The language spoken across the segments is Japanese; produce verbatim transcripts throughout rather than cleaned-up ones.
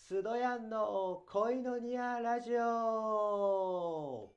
スドヤンの恋のニアラジオ。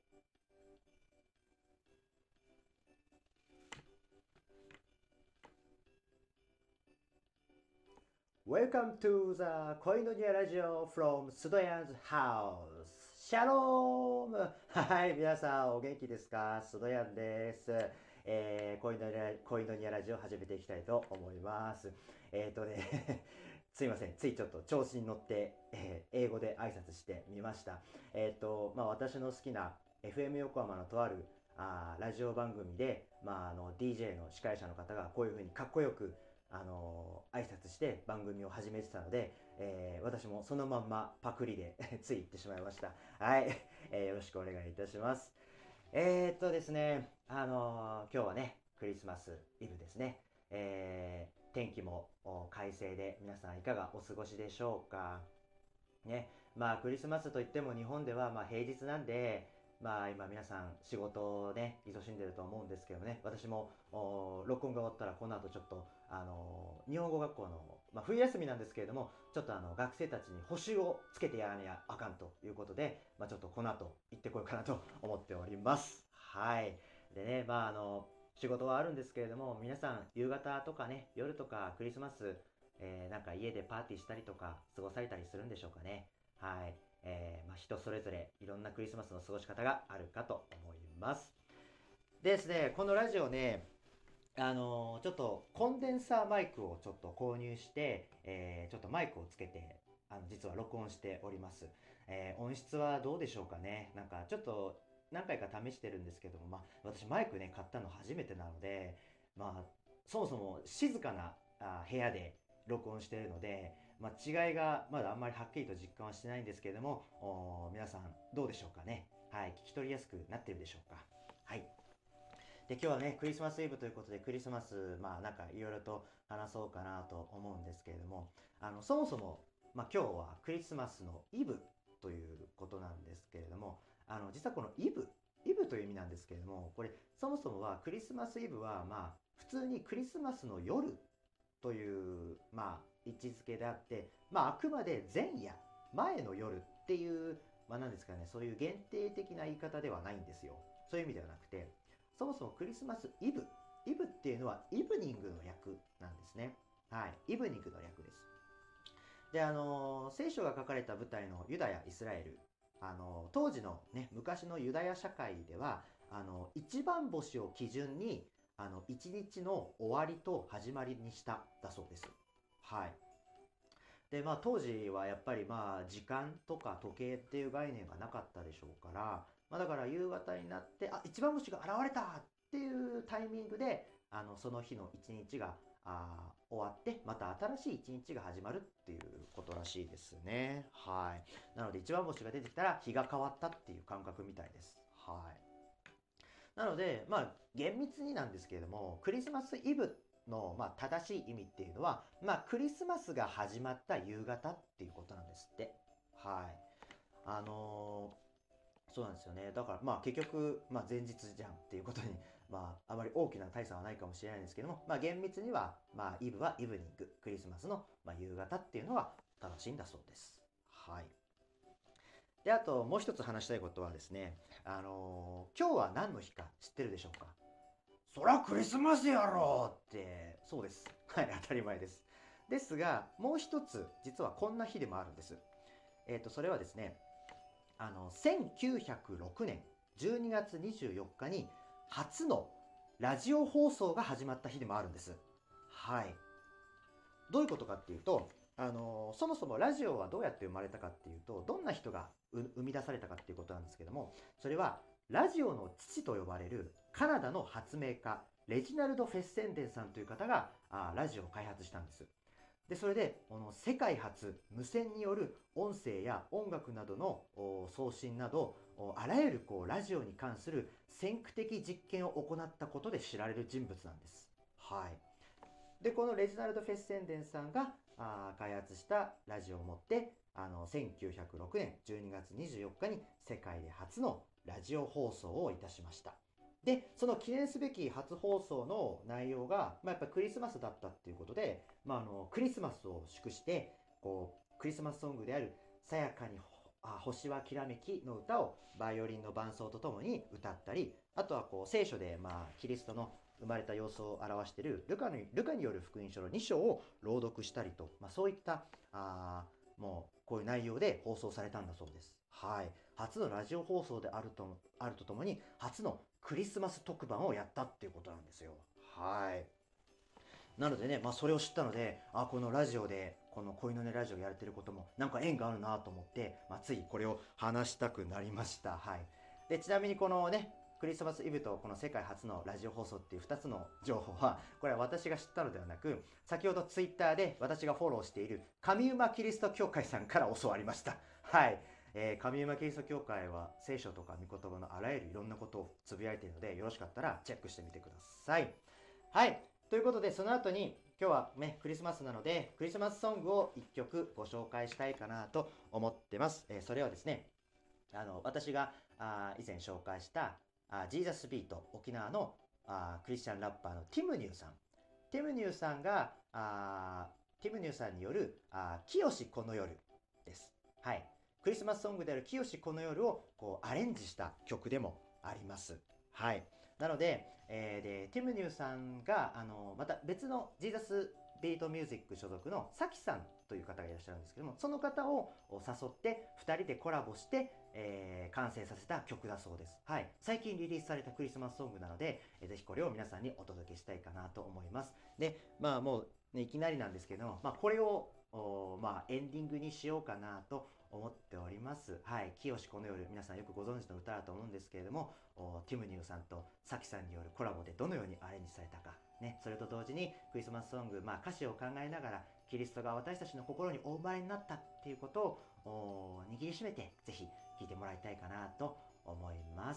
Welcome to the 恋のニアラジオ from スドヤンズハウス。シャローム。はい、皆さんお元気ですか？スドヤンです。えー、恋のニア恋のニアラジオを始めていきたいと思います。えっ、ー、とねすいません、ついちょっと調子に乗って、えー英語で挨拶してみました。えっ、と、まあ私の好きな エフエム 横浜のとあるあーラジオ番組で、まあ、あの ディージェー の司会者の方がこういう風にかっこよくあのー挨拶して番組を始めてたので、えー私もそのまんまパクリでつい言ってしまいました。はい、えーよろしくお願いいたします。えー、っとですね、あのー今日はね、クリスマスイブですね。えー天気も快晴で皆さんいかがお過ごしでしょうか。ね、まあクリスマスといっても日本ではまあ平日なんで、まあ今皆さん仕事をね、勤しんでると思うんですけどね、私も録音が終わったらこの後ちょっと、あの日本語学校の、まあ、冬休みなんですけれども、ちょっとあの学生たちに補習をつけてやらにゃあかんということで、まあ、ちょっとこの後行ってこようかなと思っております。はい。でね、まああの、仕事はあるんですけれども、皆さん夕方とかね、夜とかクリスマス、えーなんか家でパーティーしたりとか過ごされたりするんでしょうかね。はい。えーまあ、人それぞれいろんなクリスマスの過ごし方があるかと思います。でですね、このラジオね、あのーちょっとコンデンサーマイクをちょっと購入して、えーちょっとマイクをつけて、あの、実は録音しております。えー音質はどうでしょうかね。なんかちょっと何回か試してるんですけども、まあ、私マイクね、買ったの初めてなので、まあ、そもそも静かなあ部屋で録音しているので、まあ、違いがまだあんまりはっきりと実感はしてないんですけれども、お皆さんどうでしょうかね。はい、聞き取りやすくなってるでしょうか。はい。で、今日はね、クリスマスイブということで、クリスマス、まあなんかいろいろと話そうかなと思うんですけれども、あの、そもそも、まあ今日はクリスマスのイブということなんですけれども、あの、実はこのイブ、イブという意味なんですけれども、これ、そもそもはクリスマスイブは、まあ、普通にクリスマスの夜という、まあ、位置づけであって、まあ、あくまで前夜、前の夜っていう、まあ、なんですかね、そういう限定的な言い方ではないんですよ。そういう意味ではなくて、そもそもクリスマスイブ、イブっていうのはイブニングの略なんですね。はい、イブニングの略です。で、あのー聖書が書かれた舞台のユダヤ・イスラエル、あのー当時のね、昔のユダヤ社会では、あのー一番星を基準に、あの、一日の終わりと始まりにしただそうです。はい。で、まあ当時はやっぱりまあ時間とか時計っていう概念がなかったでしょうから、まあだから夕方になって、あ、一番星が現れたっていうタイミングで、あの、その日の一日が、あー終わって、また新しい一日が始まるっていうことらしいですね。はい。なので一番星が出てきたら日が変わったっていう感覚みたいです。はい。なので、まあ、厳密になんですけれども、クリスマスイブの、まあ、正しい意味っていうのは、まあ、クリスマスが始まった夕方っていうことなんですって。はい。あのーそうなんですよね。だから、まあ、結局、まあ、前日じゃんっていうことに、まあ、あまり大きな大差はないかもしれないんですけども、まあ、厳密には、まあ、イブはイブニング、クリスマスの、まあ、夕方っていうのが正しいんだそうです。はい。で、あと、もう一つ話したいことはですね、あのー今日は何の日か知ってるでしょうか？そらクリスマスやろって、そうです。はい、当たり前です。ですが、もう一つ、実はこんな日でもあるんです。えっ、と、それはですね、あの、せんきゅうひゃくろくねんじゅうにがつにじゅうよっかに初のラジオ放送が始まった日でもあるんです。はい。どういうことかっていうと、あのそもそもラジオはどうやって生まれたかっていうと、どんな人が生み出されたかっていうことなんですけども、それはラジオの父と呼ばれるカナダの発明家、レジナルド・フェッセンデンさんという方があラジオを開発したんです。で、それで、この世界初無線による音声や音楽などの送信など、あらゆるこうラジオに関する先駆的実験を行ったことで知られる人物なんです。はい。で、このレジナルド・フェッセンデンさんがあ開発したラジオを持って、あのせんきゅうひゃくろくねんじゅうにがつにじゅうよっかに世界で初のラジオ放送をいたしました。で、その記念すべき初放送の内容が、まあ、やっぱクリスマスだったっていうことで、まあ、あのクリスマスを祝して、こうクリスマスソングであるさやかにあ星はきらめきの歌をバイオリンの伴奏とともに歌ったり、あとはこう聖書でまあキリストの生まれた様子を表しているルカにルカによる福音書のに章を朗読したりと、まあ、そういったあもうこういう内容で放送されたんだそうです。はい、初のラジオ放送であるとあるとともに初のクリスマス特番をやったっていうことなんですよ。はい。なのでね、まあ、それを知ったので、あ、このラジオで、この恋のねラジオやれてることも、なんか縁があるなと思って、まあ、ついこれを話したくなりました。はい。で、ちなみにこのね、クリスマスイブとこの世界初のラジオ放送っていうふたつの情報は、これは私が知ったのではなく、先ほどツイッターで私がフォローしている神馬キリスト教会さんから教わりました。はい。えー、神馬キリスト教会は聖書とか御言葉のあらゆるいろんなことをつぶやいているので、よろしかったらチェックしてみてください。はい。ということで、その後に、今日はね、クリスマスなので、クリスマスソングをいっきょくご紹介したいかなと思ってます。えー、それはですね、あの、私があ以前紹介したあジーザスビート、沖縄のあクリスチャンラッパーのティムニューさん。ティムニューさんが、あティムニューさんによる、あ清この夜です。はい。クリスマスソングである清この夜をこうアレンジした曲でもあります。はい。なので、えー、でティムニューさんがあのまた別のジーザスビートミュージック所属のサキさんという方がいらっしゃるんですけども、その方を誘ってふたりでコラボして、えー、完成させた曲だそうです。はい。最近リリースされたクリスマスソングなので、えー、ぜひこれを皆さんにお届けしたいかなと思います。で、まあもう、ね、いきなりなんですけども、まあこれをまあエンディングにしようかなと思っております。はい。清この夜、皆さんよくご存知の歌だと思うんですけれども、ティムニューさんとサキさんによるコラボでどのようにアレンジされたか。ね。それと同時にクリスマスソング、まあ歌詞を考えながら、キリストが私たちの心にお生まれになったっていうことを握りしめて、ぜひ聴いてもらいたいかなと思います。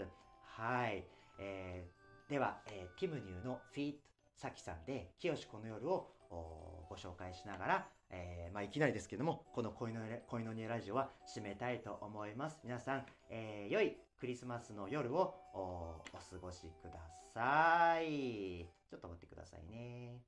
はい。えー、では、えー、ティムニューのフィートサキさんで、清この夜をご紹介しながら、えー、まあいきなりですけども、この恋の恋のニラジオは締めたいと思います。皆さん、えー、良いクリスマスの夜を お, お過ごしください。ちょっと待ってくださいね。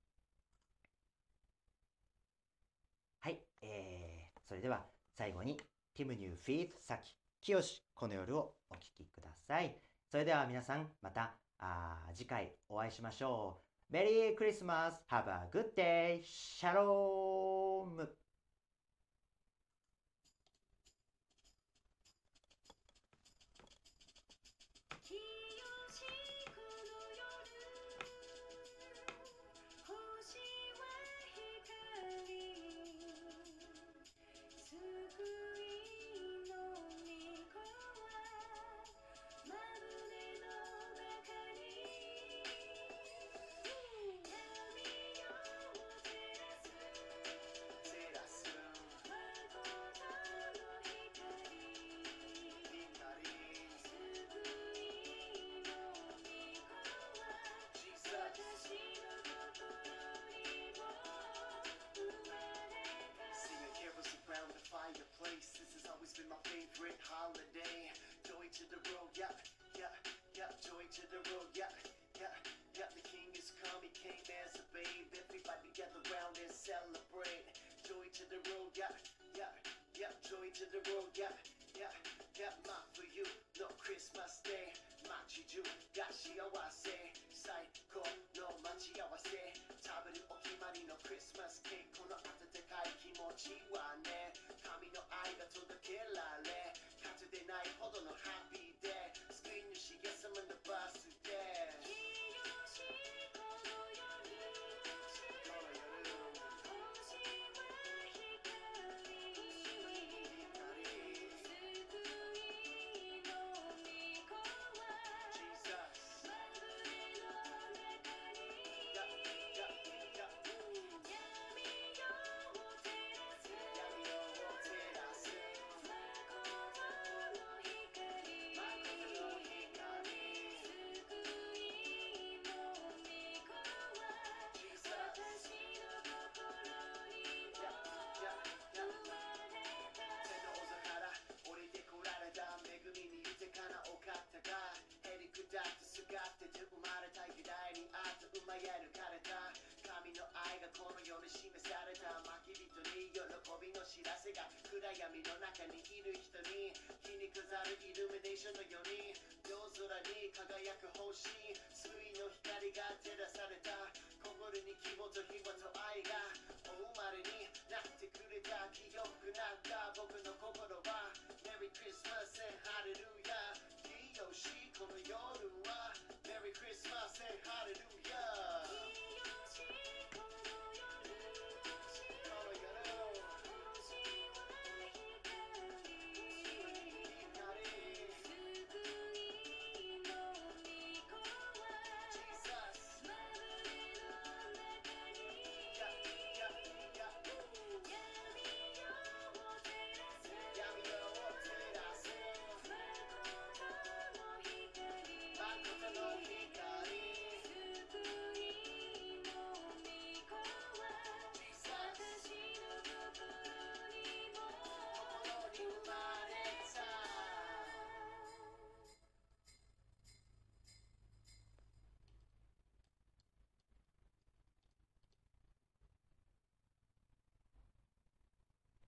はい、えー、それでは最後にティムニューフィートサキ清この夜をお聴きください。それでは皆さんまたあ次回お会いしましょう。メリークリスマス Have a good day! シャローム。Been my favorite holiday. Joy to the world, yeah, yeah, yeah. Joy to the world, yeah, yeah, yeah. The king is come, he came as a babe. Everybody gather round and celebrate. Joy to the world, yeah, yeah, yeah. Joy to the world, yeah, yeah, yeah. Not for you, no Christmas day. Machi ju, ga shiawase. Saiko no machiawase. Taberu okimari no Christmas cake. この温かい気持ちはね。神の愛が届けられかつてないほどのハッピーデー救い主イエス様のバースデー清この夜この夜星は光救いの御子は Jesus まぶれの闇の中にいる人に気に飾るイルミネーションのように夜空に輝く星水の光が照らされた心に希望と平和と愛がOh